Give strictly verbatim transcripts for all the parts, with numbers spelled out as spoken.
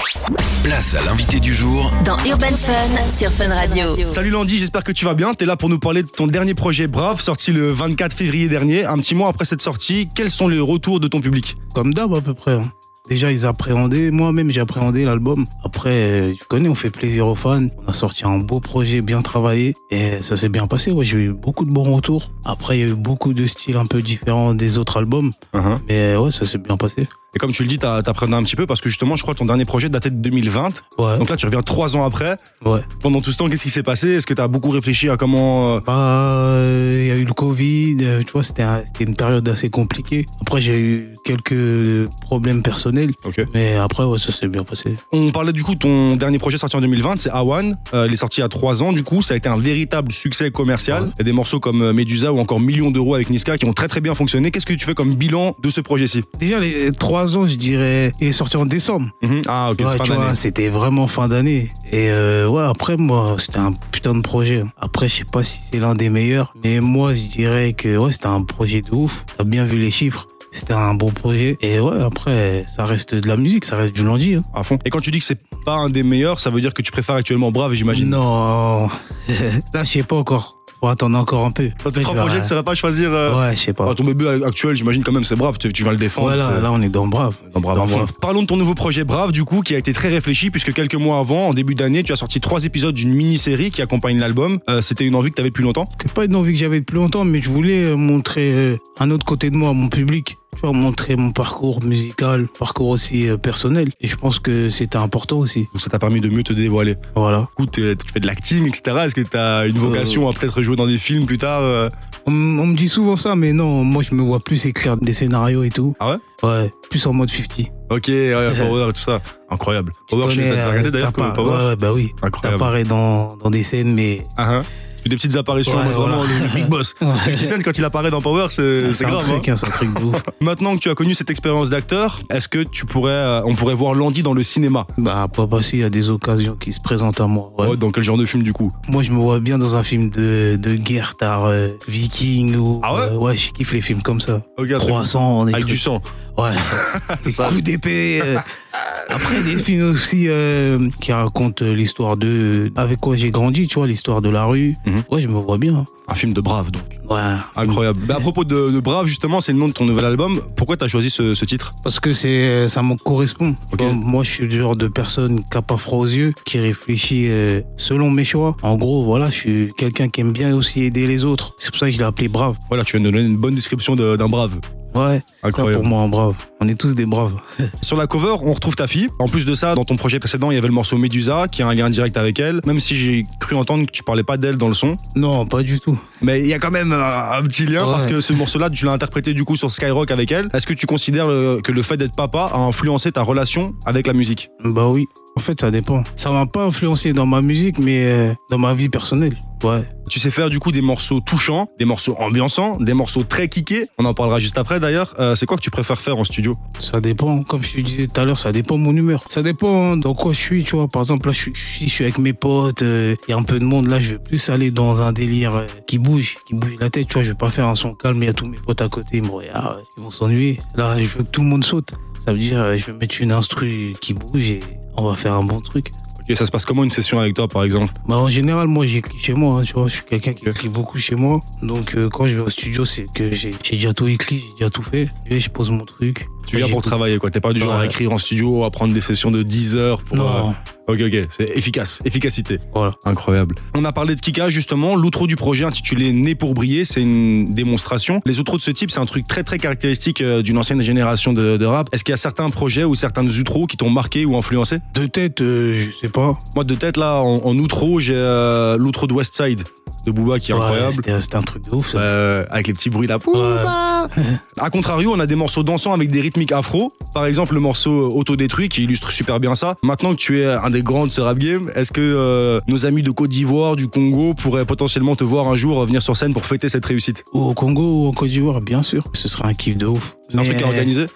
Place à l'invité du jour dans Urban Fun sur Fun Radio. Salut Landy, j'espère que tu vas bien. T'es là pour nous parler de ton dernier projet Brave, sorti le vingt-quatre février dernier. Un petit mois après cette sortie, quels sont les retours de ton public? Comme d'hab à peu près. Hein. Déjà, ils appréhendaient. Moi-même, j'ai appréhendé l'album. Après, tu connais, on fait plaisir aux fans. On a sorti un beau projet, bien travaillé. Et ça s'est bien passé. Ouais, j'ai eu beaucoup de bons retours. Après, il y a eu beaucoup de styles un peu différents des autres albums. Uh-huh. Mais ouais, ça s'est bien passé. Et comme tu le dis, t'as, t'appréhendé un petit peu parce que justement, je crois que ton dernier projet datait de deux mille vingt. Ouais. Donc là, tu reviens trois ans après. Ouais. Pendant tout ce temps, qu'est-ce qui s'est passé? Est-ce que t'as beaucoup réfléchi à comment... Euh... Bah, il euh, y a eu le Covid. Euh, tu vois, c'était, un, c'était une période assez compliquée. Après, j'ai eu quelques problèmes personnels. Okay. Mais après, ouais, ça s'est bien passé. On parlait du coup de ton dernier projet sorti en deux mille vingt, c'est Awan. Euh, il est sorti il y a trois ans, du coup. Ça a été un véritable succès commercial. Ouais. Il y a des morceaux comme Medusa ou encore Millions d'euros avec Niska qui ont très très bien fonctionné. Qu'est-ce que tu fais comme bilan de ce projet-ci? Déjà, les trois ans, je dirais... Il est sorti en décembre. Mmh. Ah, ok, ouais, c'est fin tu d'année. vois, c'était vraiment fin d'année. Et euh, ouais, après, moi, c'était un putain de projet. Après, je sais pas si c'est l'un des meilleurs, mais moi, je dirais que ouais, c'était un projet de ouf. T'as bien vu les chiffres. C'était un bon projet. Et ouais, après, ça reste de la musique, ça reste du Landy. Hein. À fond. Et quand tu dis que c'est pas un des meilleurs, ça veut dire que tu préfères actuellement Brave, j'imagine? Non, là, je sais pas encore. Faut attendre encore un peu. Dans tes trois projets, tu ne saurais pas choisir euh... Ouais, je sais pas. Ah, ton bébé actuel, j'imagine quand même, c'est Brave, tu, tu vas le défendre. Voilà, c'est... là, on est dans Brave. Dans Brave, dans Brave. Parlons de ton nouveau projet Brave, du coup, qui a été très réfléchi, puisque quelques mois avant, en début d'année, tu as sorti trois épisodes d'une mini-série qui accompagne l'album. Euh, c'était une envie que tu avais depuis longtemps? C'était pas une envie que j'avais depuis longtemps, mais je voulais montrer un autre côté de moi à mon public. Tu vois, montrer mon parcours musical, parcours aussi euh, personnel. Et je pense que c'était important aussi. Donc ça t'a permis de mieux te dévoiler. Voilà. Du coup, tu fais de l'acting, et cetera. Est-ce que tu as une vocation euh... à peut-être jouer dans des films plus tard euh... on, on me dit souvent ça, mais non, moi je me vois plus écrire des scénarios et tout. Ah ouais? Ouais, plus en mode cinquante. Ok, ouais, Power et tout ça. Incroyable. Power, je t'as regardé d'ailleurs que Power? Ouais, ouais, bah oui. Incroyable. T'apparais dans, dans des scènes, mais... Uh-huh. Des petites apparitions, ouais, vraiment voilà. le big boss. Ouais. fifty Cent, quand il apparaît dans Power, c'est, c'est, c'est un grave. Truc, hein. Hein, c'est un truc de ouf. Maintenant que tu as connu cette expérience d'acteur, est-ce que tu pourrais, euh, on pourrait voir Landy dans le cinéma? Bah, pas passer, il y a des occasions qui se présentent à moi. Ouais. Ouais, dans quel genre de film du coup? Moi, je me vois bien dans un film de, de guerre, tard, euh, viking ou. Ah ouais? Euh, ouais, je kiffe les films comme ça. Okay, trois cents, avec trucs. du sang. Ouais. Des coups d'épée. Euh. Après, des films aussi euh, qui racontent l'histoire de. Avec quoi j'ai grandi, tu vois, l'histoire de la rue. Mm-hmm. Ouais, je me vois bien. Un film de Brave donc. Ouais. Incroyable. Bah, à propos de, de Brave, justement, c'est le nom de ton nouvel album. Pourquoi t'as choisi ce, ce titre? Parce que c'est, ça me correspond. Okay. Vois, moi, je suis le genre de personne qui n'a pas froid aux yeux, qui réfléchit euh, selon mes choix. En gros, voilà, je suis quelqu'un qui aime bien aussi aider les autres. C'est pour ça que je l'ai appelé Brave. Voilà, tu viens de donner une bonne description de, d'un Brave. Ouais, incroyable. Ça pour moi un brave. On est tous des braves. Sur la cover, on retrouve ta fille. En plus de ça, dans ton projet précédent, il y avait le morceau Medusa, qui a un lien direct avec elle. Même si j'ai cru entendre que tu parlais pas d'elle dans le son. Non, pas du tout. Mais il y a quand même un, un petit lien, ouais. Parce que ce morceau-là, tu l'as interprété du coup sur Skyrock avec elle. Est-ce que tu considères le, que le fait d'être papa a influencé ta relation avec la musique? Bah oui. En fait, ça dépend. Ça m'a pas influencé dans ma musique, mais euh, dans ma vie personnelle. Ouais. Tu sais faire du coup des morceaux touchants, des morceaux ambiançants, des morceaux très kickés. On en parlera juste après d'ailleurs. Euh, c'est quoi que tu préfères faire en studio? Ça dépend. Comme je te disais tout à l'heure, ça dépend de mon humeur. Ça dépend dans quoi je suis, tu vois. Par exemple, là, je suis, je suis avec mes potes, il euh, y a un peu de monde. Là, je vais plus aller dans un délire euh, qui bouge, qui bouge la tête. Tu vois, je vais pas faire un son calme. Il y a tous mes potes à côté, ils me regardent, ils vont s'ennuyer. Là, je veux que tout le monde saute. Ça veut dire, euh, je vais mettre une instru qui bouge et on va faire un bon truc. Et ça se passe comment une session avec toi par exemple? Bah en général moi j'écris chez moi, hein, tu vois, je suis quelqu'un qui écrit beaucoup chez moi. Donc euh, quand je vais au studio c'est que j'ai, j'ai déjà tout écrit, j'ai déjà tout fait. Et je pose mon truc. Tu viens pour travailler quoi, t'es pas du genre ouais. à écrire en studio, à prendre des sessions de dix heures pour... Non. Euh... Ok, ok, c'est efficace, efficacité. Voilà. Incroyable. On a parlé de Kika justement, l'outro du projet intitulé Né pour briller, c'est une démonstration. Les outros de ce type, c'est un truc très très caractéristique d'une ancienne génération de, de rap. Est-ce qu'il y a certains projets ou certains outros qui t'ont marqué ou influencé? De tête, euh, je sais pas. Moi de tête là, en, en outro, j'ai euh, l'outro de Westside de Booba qui est ouais, incroyable. C'était, c'était un truc de ouf ça. Euh, avec les petits bruits là. Booba. Ouais. A contrario, on a des morceaux dansants avec des rythmiques afro. Par exemple, le morceau Autodétruit qui illustre super bien ça. Maintenant que tu es un des grands de ce rap game, est-ce que euh, nos amis de Côte d'Ivoire, du Congo pourraient potentiellement te voir un jour venir sur scène pour fêter cette réussite? Au Congo ou au Côte d'Ivoire, bien sûr. Ce serait un kiff de ouf. C'est un truc à organiser?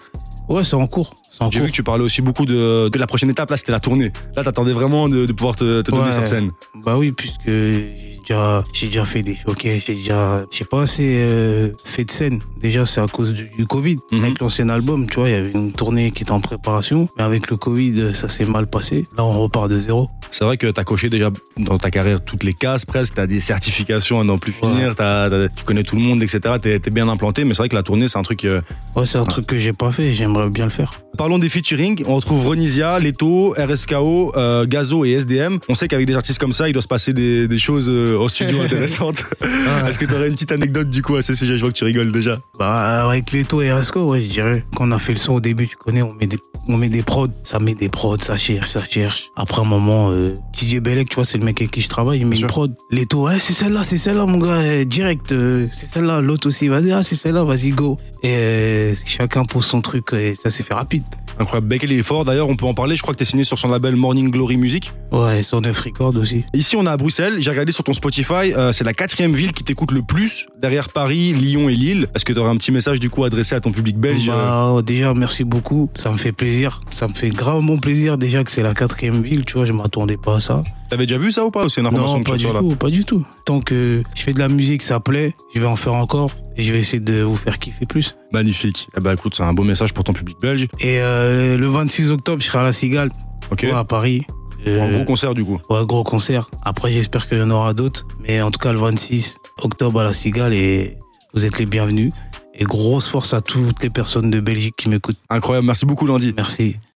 Ouais, c'est en cours. C'est en J'ai cours. vu que tu parlais aussi beaucoup de, de la prochaine étape, là c'était la tournée. Là t'attendais vraiment de, de pouvoir te, te donner Ouais. sur scène. Bah oui, puisque j'ai déjà, j'ai déjà fait des showcases, j'ai déjà, j'ai pas assez euh, fait de scène. Déjà, c'est à cause du, du Covid. Mhm. Avec l'ancien album, tu vois, il y avait une tournée qui était en préparation, mais avec le Covid, ça s'est mal passé. Là, on repart de zéro. C'est vrai que t'as coché déjà dans ta carrière toutes les cases presque, t'as des certifications à n'en plus finir, Ouais. t'as, t'as- tu connais tout le monde, et cetera. T'es, t'es bien implanté, mais c'est vrai que la tournée c'est un truc... euh, Ouais, c'est un truc que j'ai pas fait et j'aimerais bien le faire. Parlons des featuring, on retrouve Ronisia, Leto, R S K O, euh, Gazo et S D M. On sait qu'avec des artistes comme ça, il doit se passer des, des choses euh, au studio intéressantes. Est-ce que tu aurais une petite anecdote du coup à ce sujet? Je vois que tu rigoles déjà. Bah, avec Leto et R S C O, ouais, je dirais. Quand on a fait le son au début, tu connais, on met des, on met des prods, ça met des prods, ça cherche, ça cherche. Après un moment, euh, D J Belek, tu vois, c'est le mec avec qui je travaille, il met Bien une sûr. prod. Leto, ouais, c'est celle-là, c'est celle-là, mon gars, euh, direct, euh, c'est celle-là. L'autre aussi, vas-y, ah, c'est celle-là, vas-y, go. Et euh, chacun pose son truc et ça s'est fait rapide. Incroyable, Beck, il est fort. D'ailleurs, on peut en parler. Je crois que t'es signé sur son label Morning Glory Music. Ouais, son neuf record aussi. Ici, on est à Bruxelles. J'ai regardé sur ton Spotify. euh, c'est la quatrième ville qui t'écoute le plus derrière Paris, Lyon et Lille. Est-ce que tu aurais un petit message du coup adressé à ton public belge? euh, Bah, déjà, merci beaucoup. Ça me fait plaisir. Ça me fait gravement plaisir déjà que c'est la quatrième ville, tu vois, je m'attendais pas à ça. T'avais déjà vu ça ou pas? Ou c'est une information Non, que pas tu du reçois, là tout, pas du tout. Tant que je fais de la musique, ça plaît, je vais en faire encore et je vais essayer de vous faire kiffer plus. Magnifique. Eh ben écoute, c'est un beau message pour ton public belge. Et euh, le vingt-six octobre, je serai à la Cigale, Ok. ouais, à Paris. Pour un Euh, gros concert du coup. Ouais, gros concert. Après, j'espère qu'il y en aura d'autres. Mais en tout cas, le vingt-six octobre à la Cigale et vous êtes les bienvenus. Et grosse force à toutes les personnes de Belgique qui m'écoutent. Incroyable. Merci beaucoup, Landy. Merci.